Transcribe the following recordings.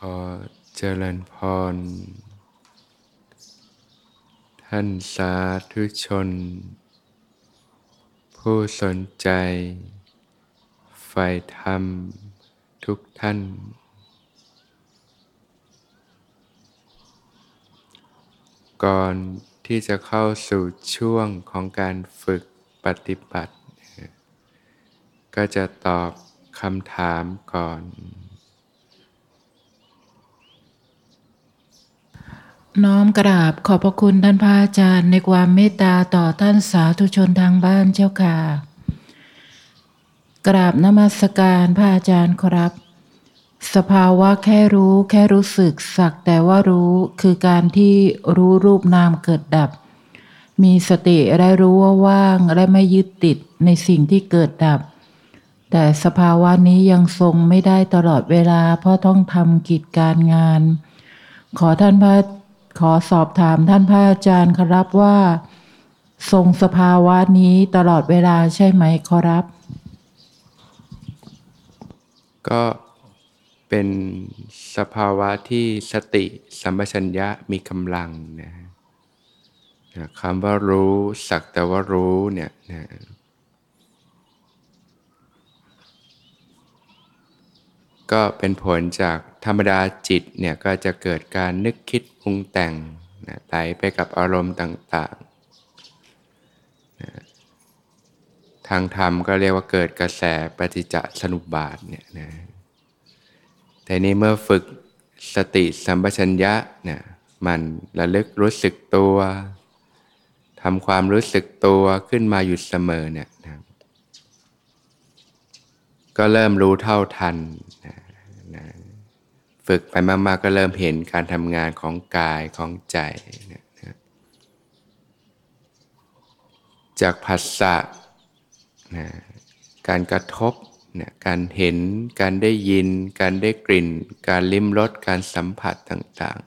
อเจริญพรท่านสาธุชนผู้สนใจใฝ่ธรรมทุกท่านก่อนที่จะเข้าสู่ช่วงของการฝึกปฏิบัติก็จะตอบคำถามก่อนน้อมกราบขอบพระคุณท่านพระอาจารย์ในความเมตตาต่อท่านสาธุชนทางบ้านเจ้าค่ะกราบนมัสการพระอาจารย์ครับสภาวะแค่รู้สึกสักแต่ว่ารู้คือการที่รู้รูปนามเกิดดับมีสติและรู้ว่าว่างและไม่ยึดติดในสิ่งที่เกิดดับแต่สภาวะนี้ยังทรงไม่ได้ตลอดเวลาเพราะต้องทำกิจการงานขอสอบถามท่านพระอาจารย์ครับว่าทรงสภาวะนี้ตลอดเวลาใช่ไหมครับก็เป็นสภาวะที่สติสัมปชัญญะมีกำลังนะคำว่ารู้สักแต่ว่ารู้เนี่ยนะก็เป็นผลจากธรรมดาจิตเนี่ยก็จะเกิดการนึกคิดปรุงแต่งนะไหลไปกับอารมณ์ต่างๆนะทางธรรมก็เรียกว่าเกิดกระแสปฏิจจสมุปบาทเนี่ยนะแต่นี้เมื่อฝึกสติสัมปชัญญะเนี่ยมันระลึกรู้สึกตัวทำความรู้สึกตัวขึ้นมาอยู่เสมอเนี่ยนะก็เริ่มรู้เท่าทันนะฝึกไปมากๆก็เริ่มเห็นการทำงานของกายของใจนะจากผัสสะนะการกระทบนะการเห็นการได้ยินการได้กลิ่นการลิ้มรสการสัมผัสต่าง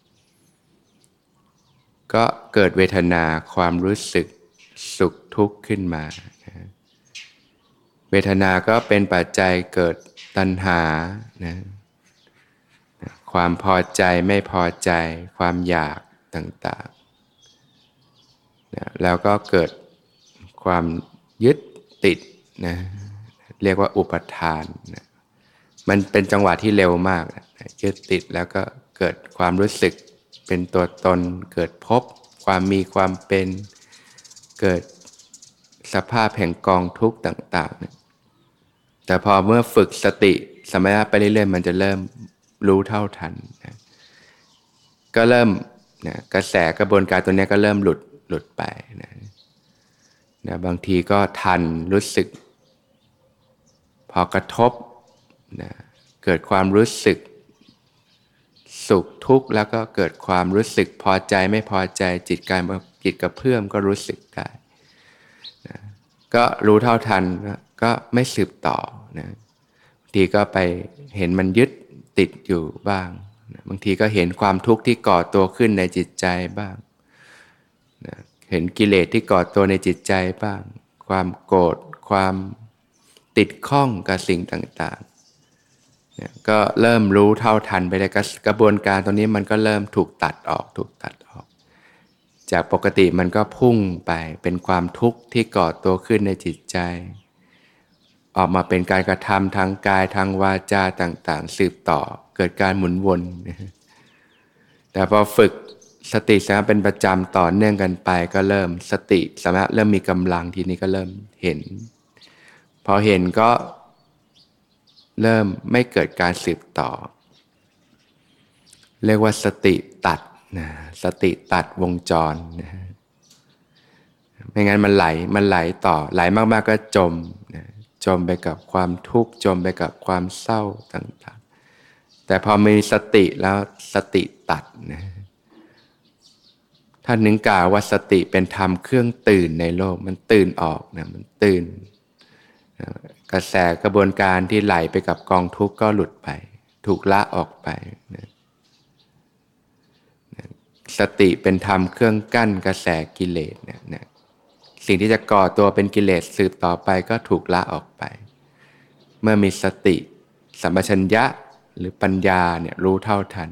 ๆก็เกิดเวทนาความรู้สึกสุขทุกข์ขึ้นมานะเวทนาก็เป็นปัจจัยเกิดตัณหานะความพอใจไม่พอใจความอยากต่างๆนะแล้วก็เกิดความยึดติดนะเรียกว่าอุปทานนะมันเป็นจังหวะที่เร็วมากนะยึดติดแล้วก็เกิดความรู้สึกเป็นตัวตนเกิดภพความมีความเป็นเกิดสภาพแห่งกองทุกข์ต่างๆนะแต่พอเมื่อฝึกสติสมัยไปเรื่อยๆมันจะเริ่มรู้เท่าทันนะก็เริ่มนะกระแสกระบวนการตัวนี้ก็เริ่มหลุดไปนะบางทีก็ทันรู้สึกพอกระทบนะเกิดความรู้สึกสุขทุกข์แล้วก็เกิดความรู้สึกพอใจไม่พอใจจิตกระเพื่อมก็รู้สึกได้นะก็รู้เท่าทันก็ไม่สืบต่อนะบางทีก็ไปเห็นมันยึดติดอยู่บ้างนะบางทีก็เห็นความทุกข์ที่ก่อตัวขึ้นในจิตใจบ้างนะเห็นกิเลสที่ก่อตัวในจิตใจบ้างความโกรธความติดข้องกับสิ่งต่างๆเนี่ยก็เริ่มรู้เท่าทันไปเลยกระบวนการตรงนี้มันก็เริ่มถูกตัดออกจากปกติมันก็พุ่งไปเป็นความทุกข์ที่ก่อตัวขึ้นในจิตใจออกมาเป็นการกระทำทางกายทางวาจาต่างๆสืบต่อเกิดการหมุนวนแต่พอฝึกสติสัมปชัญญะเป็นประจำต่อเนื่องกันไปก็เริ่มสติสัมปชัญญะเริ่มมีกำลังทีนี้ก็เริ่มเห็นพอเห็นก็เริ่มไม่เกิดการสืบต่อเรียกว่าสติตัดนะสติตัดวงจรนะไม่งั้นมันไหลต่อไหลมากๆก็จมนะจมไปกับความทุกข์จมไปกับความเศร้าต่างๆแต่พอมีสติแล้วสติตัดนะท่านนึงกล่าวว่าสติเป็นธรรมเครื่องตื่นในโลกมันตื่นออกนะมันตื่นกระแสกระบวนการที่ไหลไปกับกองทุกข์ก็หลุดไปถูกละออกไปนะสติเป็นธรรมเครื่องกั้นกระแสกิเลสนะสิ่งที่จะก่อตัวเป็นกิเลสสืบต่อไปก็ถูกละออกไปเมื่อมีสติสัมปชัญญะหรือปัญญาเนี่ยรู้เท่าทัน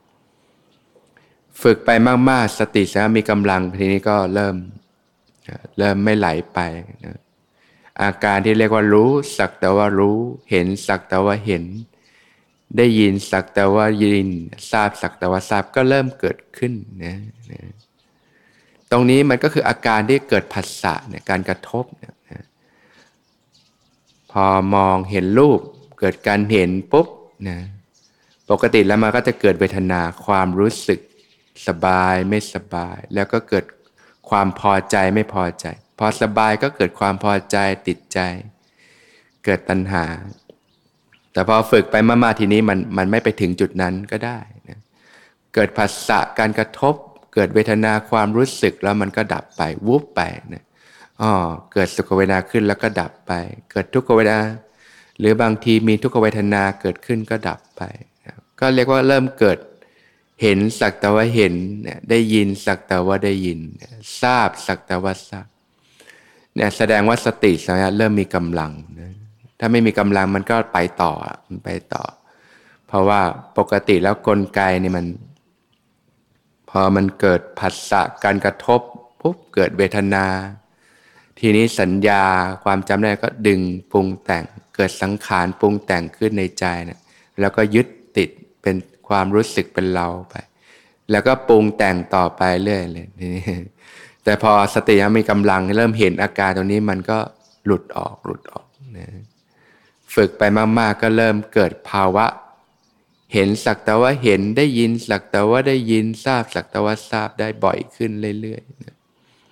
ฝึกไปมากๆสติสัมปชัญญะมีกำลังทีนี้ก็เริ่มไม่ไหลไปนะอาการที่เรียกว่ารู้สักแต่ว่ารู้เห็นสักแต่ว่าเห็นได้ยินสักแต่ว่ายินทราบสักแต่ว่าทราบก็เริ่มเกิดขึ้นนะตรงนี้มันก็คืออาการที่เกิดผัสสะเนี่ยการกระทบเนี่ยนะพอมองเห็นรูปเกิดการเห็นปุ๊บนะปกติแล้วมันก็จะเกิดเวทนาความรู้สึกสบายไม่สบายแล้วก็เกิดความพอใจไม่พอใจพอสบายก็เกิดความพอใจติดใจเกิดตัณหาแต่พอฝึกไปมากๆทีนี้มันไม่ไปถึงจุดนั้นก็ได้นะเกิดผัสสะการกระทบเกิดเวทนาความรู้สึกแล้วมันก็ดับไปวุบไปนะเกิดสุขเวทนาขึ้นแล้วก็ดับไปเกิดทุกขเวทนาหรือบางทีมีทุกขเวทนาเกิดขึ้นก็ดับไปนะก็เรียกว่าเริ่มเกิดเห็นสักแต่ว่าเห็นได้ยินสักแต่ว่าได้ยินทราบสักแต่ว่าทราบเนี่ยแสดงว่าสติสัมปชัญญะเริ่มมีกำลังนะถ้าไม่มีกำลังมันก็ไปต่อเพราะว่าปกติแล้วกลไกนี่มันพอมันเกิดผัสสะการกระทบปุ๊บเกิดเวทนาทีนี้สัญญาความจำได้ก็ดึงปรุงแต่งเกิดสังขารปรุงแต่งขึ้นในใจนะแล้วก็ยึดติดเป็นความรู้สึกเป็นเราไปแล้วก็ปรุงแต่งต่อไปเรื่อยเลยแต่พอสติมีกำลังเริ่มเห็นอาการตรงนี้มันก็หลุดออกนะฝึกไปมากๆก็เริ่มเกิดภาวะเห็นสักแต่ว่าเห็นได้ยินสักแต่ว่าได้ยินทราบสักแต่ว่าทราบได้บ่อยขึ้นเรื่อยๆนะ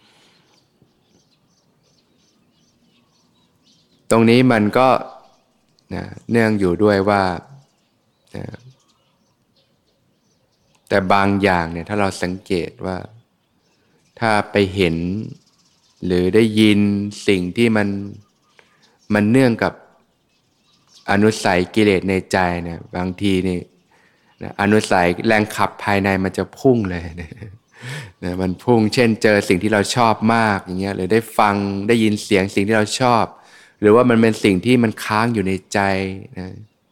ตรงนี้มันก็นะเนื่องอยู่ด้วยว่านะแต่บางอย่างเนี่ยถ้าเราสังเกตว่าถ้าไปเห็นหรือได้ยินสิ่งที่มันเนื่องกับอนุสัยกิเลสในใจเนี่ยบางทีนี่นะอนุสัยแรงขับภายในมันจะพุ่งเลยนะมันพุ่งเช่นเจอสิ่งที่เราชอบมากอย่างเงี้ยหรือได้ฟังได้ยินเสียงสิ่งที่เราชอบหรือว่ามันเป็นสิ่งที่มันค้างอยู่ในใจนะ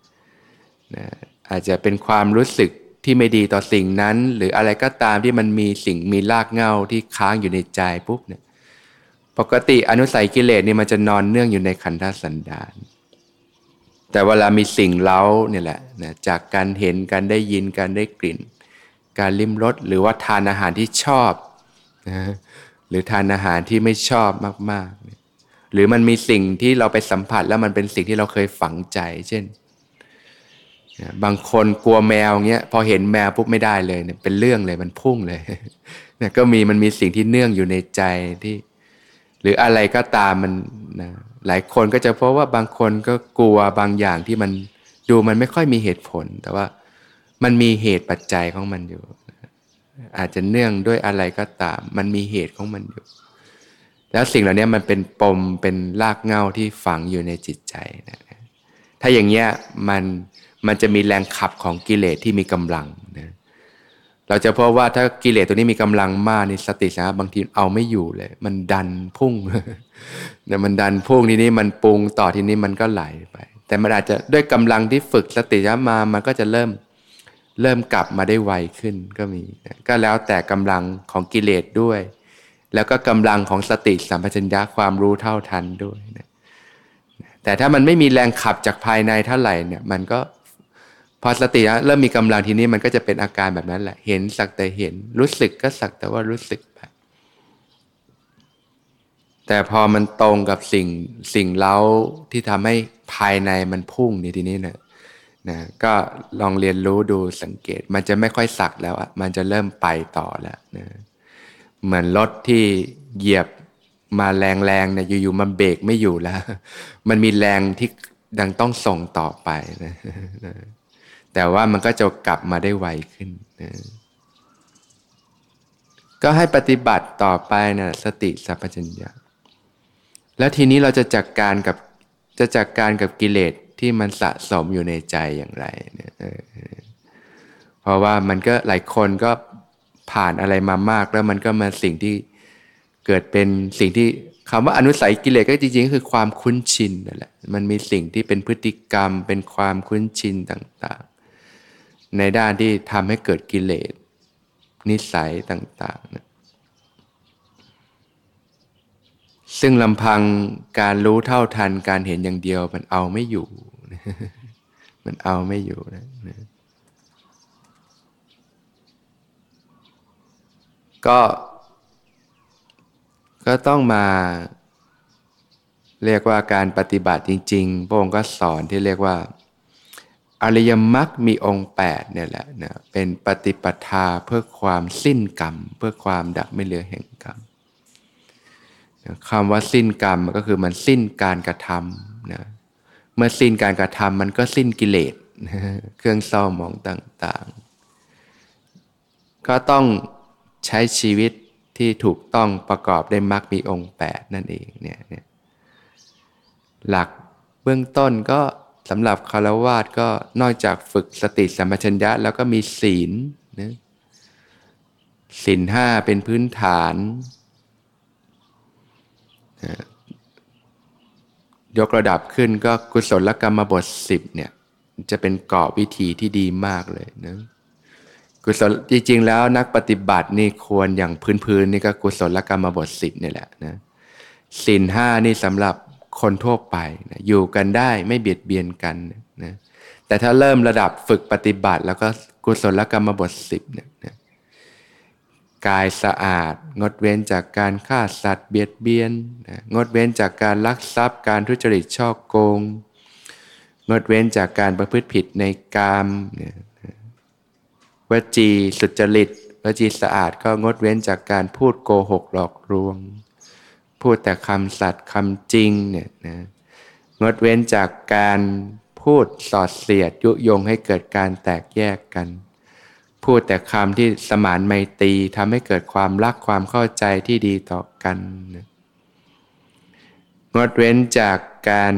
อาจจะเป็นความรู้สึกที่ไม่ดีต่อสิ่งนั้นหรืออะไรก็ตามที่มันมีรากเหง้าที่ค้างอยู่ในใจปุ๊บเนี่ยปกติอนุสัยกิเลสนี่มันจะนอนเนื่องอยู่ในขันธสันดานแต่เวลามีสิ่งเร้าเนี่ยแหละนะจากการเห็นการได้ยินการได้กลิ่นการลิ้มรสหรือว่าทานอาหารที่ชอบนะหรือทานอาหารที่ไม่ชอบมากๆหรือมันมีสิ่งที่เราไปสัมผัสแล้วมันเป็นสิ่งที่เราเคยฝังใจเช่นบางคนกลัวแมวเงี้ยพอเห็นแมวปุ๊บไม่ได้เลยเนี่ยเป็นเรื่องเลยมันพุ่งเลยเนี่ยก็มันมีสิ่งที่เนื่องอยู่ในใจที่หรืออะไรก็ตามมันนะหลายคนก็จะเพราะว่าบางคนก็กลัวบางอย่างที่มันดูมันไม่ค่อยมีเหตุผลแต่ว่ามันมีเหตุปัจจัยของมันอยู่อาจจะเนื่องด้วยอะไรก็ตามมันมีเหตุของมันอยู่แล้วสิ่งเหล่านี้มันเป็นปมเป็นรากเหง้าที่ฝังอยู่ในจิตใจนะถ้าอย่างเงี้ยมันจะมีแรงขับของกิเลสที่มีกำลังนะเราจะพบว่าถ้ากิเลสตัวนี้มีกำลังมากนี่สติสัมปชัญญะบางทีเอาไม่อยู่เลยมันดันพุ่งเนี่ยมันดันพุ่งทีนี้มันปรุงต่อทีนี้มันก็ไหลไปแต่มันอาจจะด้วยกำลังที่ฝึกสติสัมปชัญญะมามันก็จะเริ่มกลับมาได้ไวขึ้นก็มีก็แล้วแต่กำลังของกิเลสด้วยแล้วก็กำลังของสติสัมปชัญญะความรู้เท่าทันด้วยนะแต่ถ้ามันไม่มีแรงขับจากภายในเท่าไหร่เนี่ยมันก็พอสติเริ่มมีกำลังทีนี้มันก็จะเป็นอาการแบบนั้นแหละเห็นสักแต่เห็นรู้สึกก็สักแต่ว่ารู้สึกไปแต่พอมันตรงกับสิ่งเร้าที่ทำให้ภายในมันพุ่งนี่ทีนี้นะก็ลองเรียนรู้ดูสังเกตมันจะไม่ค่อยสักแล้วอ่ะมันจะเริ่มไปต่อแล้วนะเหมือนรถที่เหยียบมาแรงๆเนี่ยอยู่ๆมันเบรกไม่อยู่แล้วมันมีแรงที่ดังต้องส่งต่อไปนะแต่ว่ามันก็จะกลับมาได้ไวขึ้นนะก็ให้ปฏิบัติต่อไปนะสติสัมปชัญญะแล้วทีนี้เราจะจัดการกับกิเลสที่มันสะสมอยู่ในใจอย่างไรเนี่ยเพราะว่ามันก็หลายคนก็ผ่านอะไรมามากแล้วมันก็มาสิ่งที่เกิดเป็นสิ่งที่คำว่าอนุสัยกิเลสก็จริงๆก็คือความคุ้นชินนั่นแหละมันมีสิ่งที่เป็นพฤติกรรมเป็นความคุ้นชินต่างในด้านที่ทำให้เกิดกิเลสนิสัยต่างๆนะซึ่งลำพังการรู้เท่าทันการเห็นอย่างเดียวมันเอาไม่อยู่มันเอาไม่อยู่นะก็ต้องมาเรียกว่าการปฏิบัติจริงๆพระองค์ก็สอนที่เรียกว่าอริยมรรคมีองค์8เนี่ยแหละนะเป็นปฏิปทาเพื่อความสิ้นกรรมเพื่อความดับไม่เหลือแห่งกรรมคำว่าสิ้นกรรมก็คือมันสิ้นการกระทำนะเมื่อสิ้นการกระทำมันก็สิ้นกิเลสเครื่องเศร้าหมองต่างๆก็ต้องใช้ชีวิตที่ถูกต้องประกอบด้วยมรรคมีองค์8นั่นเองเนี่ยหลักเบื้องต้นก็สำหรับฆราวาสก็นอกจากฝึกสติสัมปชัญญะแล้วก็มีศีลนะศีล5เป็นพื้นฐานยกระดับขึ้นก็กุศลกรรมบท10เนี่ยจะเป็นกรอบวิธีที่ดีมากเลยนะกุศลจริงๆแล้วนักปฏิบัตินี่ควรอย่างพื้นๆนี่ก็กุศลกรรมบท10นี่แหละนะศีล5นี่สำหรับคนทั่วไปนะอยู่กันได้ไม่เบียดเบียนกันนะแต่ถ้าเริ่มระดับฝึกปฏิบัติแล้วก็กุศลกรรมบท10เนี่ยนะกายสะอาดงดเว้นจากการฆ่าสัตว์เบียดเบียนนะงดเว้นจากการลักทรัพย์การทุจริตฉ้อโกงงดเว้นจากการประพฤติผิดในกามนะวจีสุจริตวจีสะอาดก็งดเว้นจากการพูดโกหกหลอกลวงพูดแต่คำสัตย์คำจริงเนี่ยนะงดเว้นจากการพูดสอดเสียดยุยงให้เกิดการแตกแยกกันพูดแต่คำที่สมานไมตรีทำให้เกิดความรักความเข้าใจที่ดีต่อกันนะงดเว้นจากการ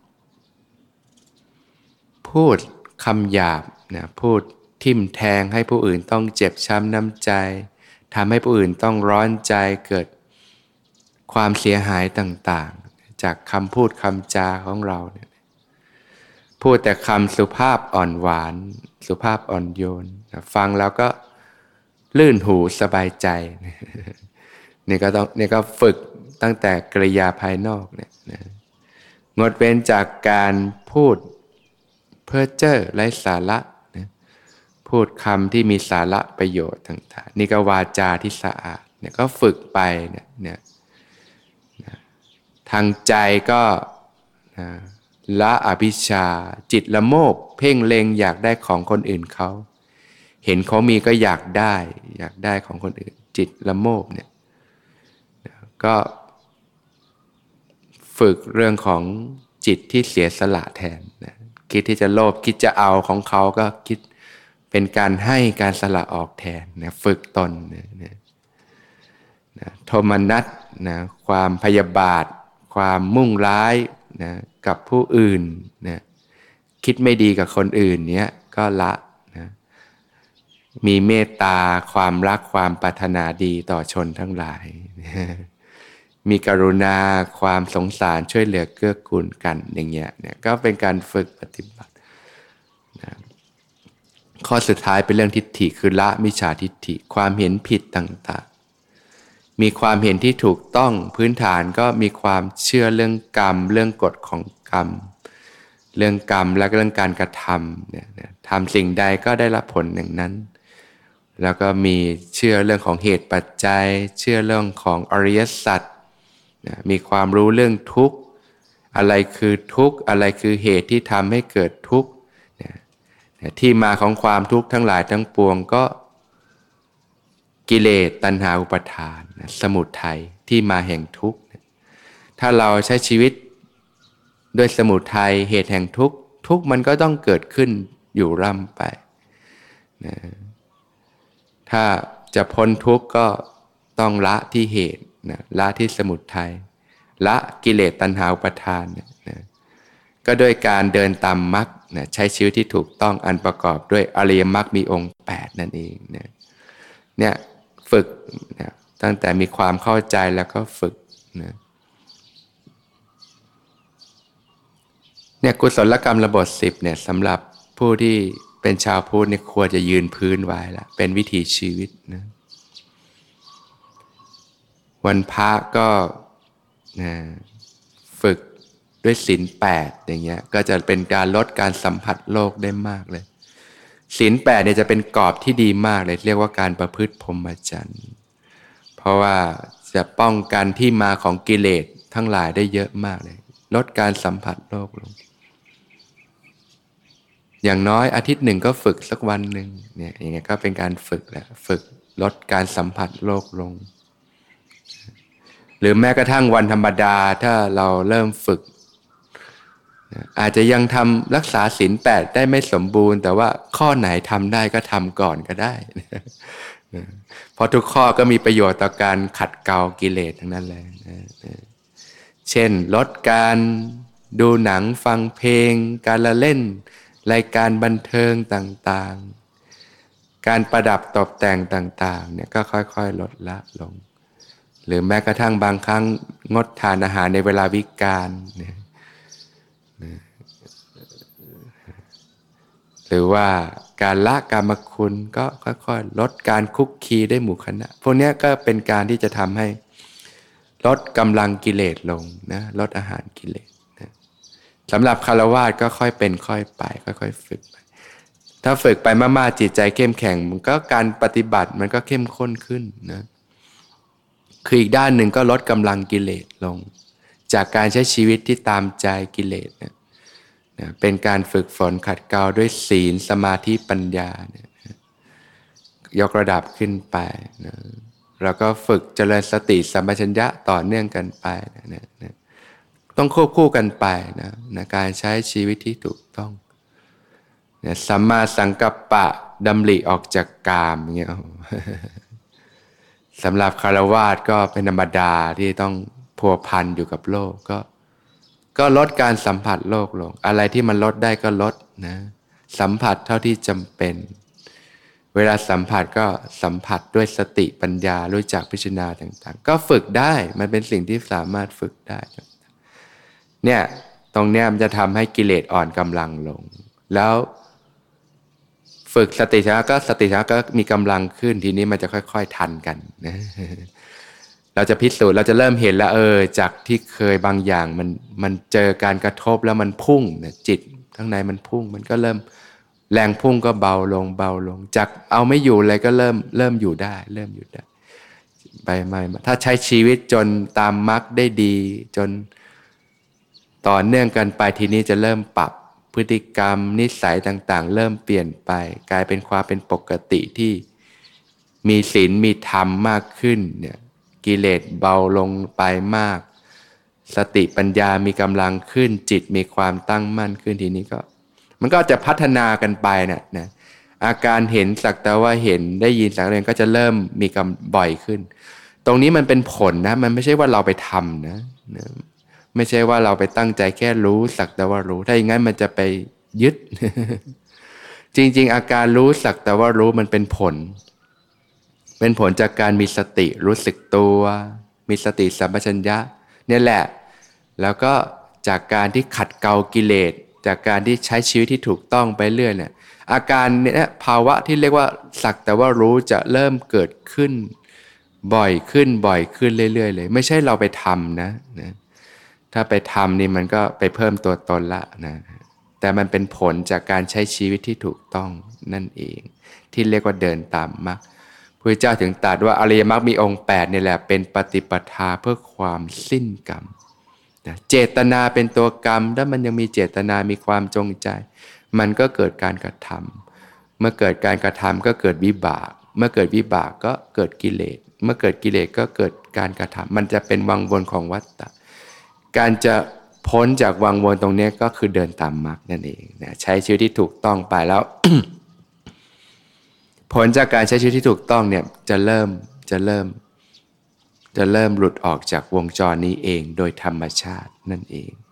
พูดคำหยาบนะพูดทิ่มแทงให้ผู้อื่นต้องเจ็บช้ำน้ำใจทำให้ผู้อื่นต้องร้อนใจเกิดความเสียหายต่างๆจากคำพูดคำจาของเราเนี่ยพูดแต่คำสุภาพอ่อนหวานสุภาพอ่อนโยนฟังแล้วก็ลื่นหูสบายใจนี่ก็ฝึกตั้งแต่กริยาภายนอกเนี่ยงดเว้นจากการพูดเพ้อเจ้อไร้สาระพูดคำที่มีสาระประโยชน์ต่างๆนี่ก็วาจาที่สะอาดเนี่ยก็ฝึกไปเนี่ยทางใจก็ละอภิชฌาจิตละโมบเพ่งเล็งอยากได้ของคนอื่นเขาเห็นเขามีก็อยากได้ของคนอื่นจิตละโมบเนี่ยก็ฝึกเรื่องของจิตที่เสียสละแทนนะคิดที่จะโลภคิดจะเอาของเขาก็คิดเป็นการให้การสละออกแทนนะฝึกตนนะโทมนัสนะความพยาบาทความมุ่งร้ายนะกับผู้อื่นนะคิดไม่ดีกับคนอื่นเนี้ยก็ละนะมีเมตตาความรักความปรารถนาดีต่อชนทั้งหลายนะมีกรุณาความสงสารช่วยเหลือเกื้อกูลกันอย่างเงี้ยเนี่ยก็เป็นการฝึกปฏิบัตินะข้อสุดท้ายเป็นเรื่องทิฏฐิคือละมิจฉาทิฏฐิความเห็นผิดต่างๆมีความเห็นที่ถูกต้องพื้นฐานก็มีความเชื่อเรื่องกรรมเรื่องกฎของกรรมเรื่องกรรมและเรื่องการกระทำเนี่ยทำสิ่งใดก็ได้รับผลอย่างนั้นแล้วก็มีเชื่อเรื่องของเหตุปัจจัยเชื่อเรื่องของอริยสัจมีความรู้เรื่องทุกข์อะไรคือทุกข์อะไรคือเหตุที่ทำให้เกิดทุกข์ที่มาของความทุกข์ทั้งหลายทั้งปวงก็กิเลสตัณหาอุปาทานสมุทัยที่มาแห่งทุกข์ถ้าเราใช้ชีวิตด้วยสมุทัยเหตุแห่งทุกข์ทุกข์มันก็ต้องเกิดขึ้นอยู่ร่ำไปนะถ้าจะพ้นทุกข์ก็ต้องละที่เหตุนะละที่สมุทัยละกิเลสตัณหาอุปาทานนะก็ด้วยการเดินตามมรรคนะใช้ชีวิตที่ถูกต้องอันประกอบด้วยอริยมรรคมีองค์8นั่นเองนะเนี่ยฝึกนะตั้งแต่มีความเข้าใจแล้วก็ฝึกนะเนี่ยกุศลกรรมระบบ10เนี่ยสำหรับผู้ที่เป็นชาวพุทธเนี่ยควรจะยืนพื้นไว้ละเป็นวิถีชีวิตนะวันพระก็นะฝึกด้วยศีล8อย่างเงี้ยก็จะเป็นการลดการสัมผัสโลกได้มากเลยศีล8เนี่ยจะเป็นกรอบที่ดีมากเลยเรียกว่าการประพฤติพรหมจรรย์เพราะว่าจะป้องกันที่มาของกิเลสทั้งหลายได้เยอะมากเลยลดการสัมผัสโลกลงอย่างน้อยอาทิตย์หนึ่งก็ฝึกสักวันหนึ่งเนี่ยอย่างเงี้ยก็เป็นการฝึกแหละฝึกลดการสัมผัสโลกลงหรือแม้กระทั่งวันธรรมดาถ้าเราเริ่มฝึกอาจจะยังทำรักษาศีล8ได้ไม่สมบูรณ์แต่ว่าข้อไหนทำได้ก็ทำก่อนก็ได้เพราะทุกข้อก็มีประโยชน์ต่อการขัดเกลากิเลสทั้งนั้นเลยเช่นลดการดูหนังฟังเพลงการละเล่นรายการบันเทิงต่างๆการประดับตกแต่งต่างๆเนี่ยก็ค่อยๆลดละลงหรือแม้กระทั่งบางครั้งงดทานอาหารในเวลาวิกาลเนี่ยหรือว่าการละกามคุณก็ค่อยๆลดการคุกคีด้วยหมู่คณะพวกนี้ก็เป็นการที่จะทำให้ลดกำลังกิเลสลงนะลดอาหารกิเลสนะสำหรับฆราวาสก็ค่อยเป็นค่อยไปค่อยๆฝึกไปถ้าฝึกไปมากๆจิตใจเข้มแข็งมันก็การปฏิบัติมันก็เข้มข้นขึ้นนะคืออีกด้านหนึ่งก็ลดกำลังกิเลสลงจากการใช้ชีวิตที่ตามใจกิเลสนะเป็นการฝึกฝนขัดเกลาด้วยศีลสมาธิปัญญาเนี่ยยกระดับขึ้นไปนะแล้วก็ฝึกเจริญสติสัมปชัญญะต่อเนื่องกันไปนะต้องควบคู่กันไปนะการใช้ชีวิตที่ถูกต้องนะสัมมาสังกัปปะดำริออกจากกามอย่างเงี้ยสำหรับฆราวาสก็เป็นธรรมดาที่ต้องพัวพันอยู่กับโลกก็ลดการสัมผัสโลกลงอะไรที่มันลดได้ก็ลดนะสัมผัสเท่าที่จำเป็นเวลาสัมผัสก็สัมผัสด้วยสติปัญญารู้จักพิจารณาต่างๆก็ฝึกได้มันเป็นสิ่งที่สามารถฝึกได้เนี่ยตรงเนี้ยมันจะทำให้กิเลสอ่อนกำลังลงแล้วฝึกสติสัมปชัญญะก็มีกำลังขึ้นทีนี้มันจะค่อยๆทันกันนะเราจะพิสูจน์เราจะเริ่มเห็นแล้วจากที่เคยบางอย่างมันเจอการกระทบแล้วมันพุ่งนะจิตข้างในมันพุ่งมันก็เริ่มแรงพุ่งก็เบาลงจากเอาไม่อยู่เลยก็เริ่มอยู่ได้ไปไม่ถ้าใช้ชีวิตจนตามมรรคได้ดีจนต่อเนื่องกันไปทีนี้จะเริ่มปรับพฤติกรรมนิสัยต่างๆเริ่มเปลี่ยนไปกลายเป็นความเป็นปกติที่มีศีลมีธรรมมากขึ้นเนี่ยกิเลสเบาลงไปมากสติปัญญามีกำลังขึ้นจิตมีความตั้งมั่นขึ้นทีนี้ก็มันก็จะพัฒนากันไปนะอาการเห็นสักแต่ว่าเห็นได้ยินสักแต่ว่าก็จะเริ่มมีกำบ่อยขึ้นตรงนี้มันเป็นผลนะมันไม่ใช่ว่าเราไปทำนะไม่ใช่ว่าเราไปตั้งใจแค่รู้สักแต่ว่ารู้ถ้าอย่างนั้นมันจะไปยึด จริงๆอาการรู้สักแต่ว่ารู้มันเป็นผลจากการมีสติรู้สึกตัวมีสติสัมปชัญญะเนี่ยแหละแล้วก็จากการที่ขัดเกลากิเลสจากการที่ใช้ชีวิตที่ถูกต้องไปเรื่อยเนี่ยอาการเนี่ยภาวะที่เรียกว่าสักแต่ว่ารู้จะเริ่มเกิดขึ้นบ่อยขึ้นเรื่อยๆเลยไม่ใช่เราไปทำนะถ้าไปทำนี่มันก็ไปเพิ่มตัวตนละนะแต่มันเป็นผลจากการใช้ชีวิตที่ถูกต้องนั่นเองที่เรียกว่าเดินตามมรรคพระเจ้าถึงตรัสว่าอริยมรรคมีองค์8นี่แหละเป็นปฏิปทาเพื่อความสิ้นกรรมนะเจตนาเป็นตัวกรรมถ้ามันยังมีเจตนามีความจงใจมันก็เกิดการกระทำเมื่อเกิดการกระทำก็เกิดวิบากเมื่อเกิดวิบากก็เกิดกิเลสเมื่อเกิดกิเลสก็เกิดการกระทำมันจะเป็นวังวนของวัฏฏะการจะพ้นจากวังวนตรงนี้ก็คือเดินตามมรรคนั่นเองนะใช้ชีวิตที่ถูกต้องไปแล้ว ผลจากการใช้ชีวิตที่ถูกต้องเนี่ยจะเริ่มหลุดออกจากวงจรนี้เองโดยธรรมชาตินั่นเอง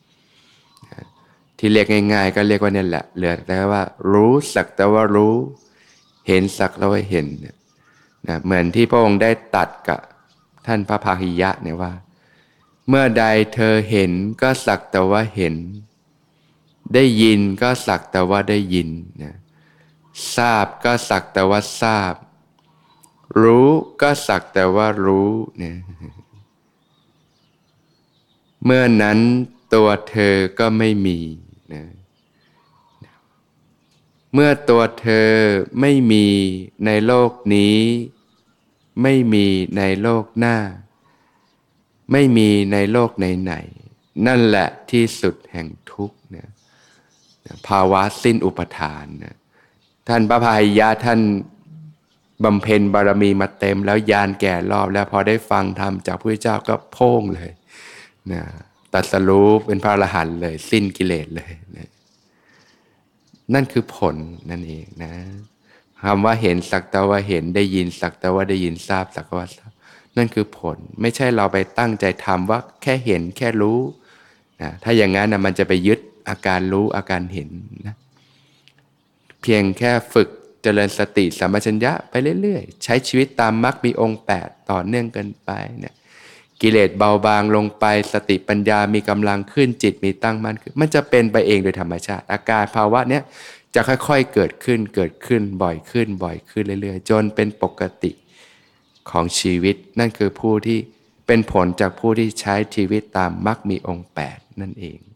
ที่เรียกง่ายๆก็เรียกว่านี่แหละเหลือแต่ว่ารู้สักแต่ว่ารู้เห็นสักแต่ว่าเห็นนะเหมือนที่พระองค์ได้ตรัสกับท่านพระพาหิยะเนี่ยว่าเมื่อใดเธอเห็นก็สักแต่ว่าเห็นได้ยินก็สักแต่ว่าได้ยินนะทราบก็สักแต่ว่าทราบรู้ก็สักแต่ว่ารู้เนี่ยเมื่อนั้นตัวเธอก็ไม่มีนะเมื่อตัวเธอไม่มีในโลกนี้ไม่มีในโลกหน้าไม่มีในโลกไหนๆนั่นแหละที่สุดแห่งทุกข์นะภาวะสิ้นอุปทานนะท่านพระพาหิยะท่านบำเพ็ญบารมีมาเต็มแล้วญาณแก่รอบแล้วพอได้ฟังธรรมจากพระพุทธเจ้าก็โพ่งเลยนะตรัสรู้เป็นพระอรหันต์เลยสิ้นกิเลสเลยนะนั่นคือผลนั่นเองนะคำว่าเห็นสักแต่ว่าเห็นได้ยินสักแต่ว่าได้ยินทราบสักแต่ว่าทราบนั่นคือผลไม่ใช่เราไปตั้งใจทำว่าแค่เห็นแค่รู้นะถ้าอย่างนั้นนะมันจะไปยึดอาการรู้อาการเห็นนะเพียงแค่ฝึกเจริญสติสัมปชัญญะไปเรื่อยๆใช้ชีวิตตามมรรคมีองค์8ต่อเนื่องกันไปเนี่ยกิเลสเบาบางลงไปสติปัญญามีกำลังขึ้นจิตมีตั้งมั่นขึ้นมันจะเป็นไปเองโดยธรรมชาติอาการภาวะเนี้ยจะค่อยๆเกิดขึ้นบ่อยขึ้นเรื่อยๆจนเป็นปกติของชีวิตนั่นคือผู้ที่เป็นผลจากผู้ที่ใช้ชีวิตตามมรรคมีองค์8นั่นเอง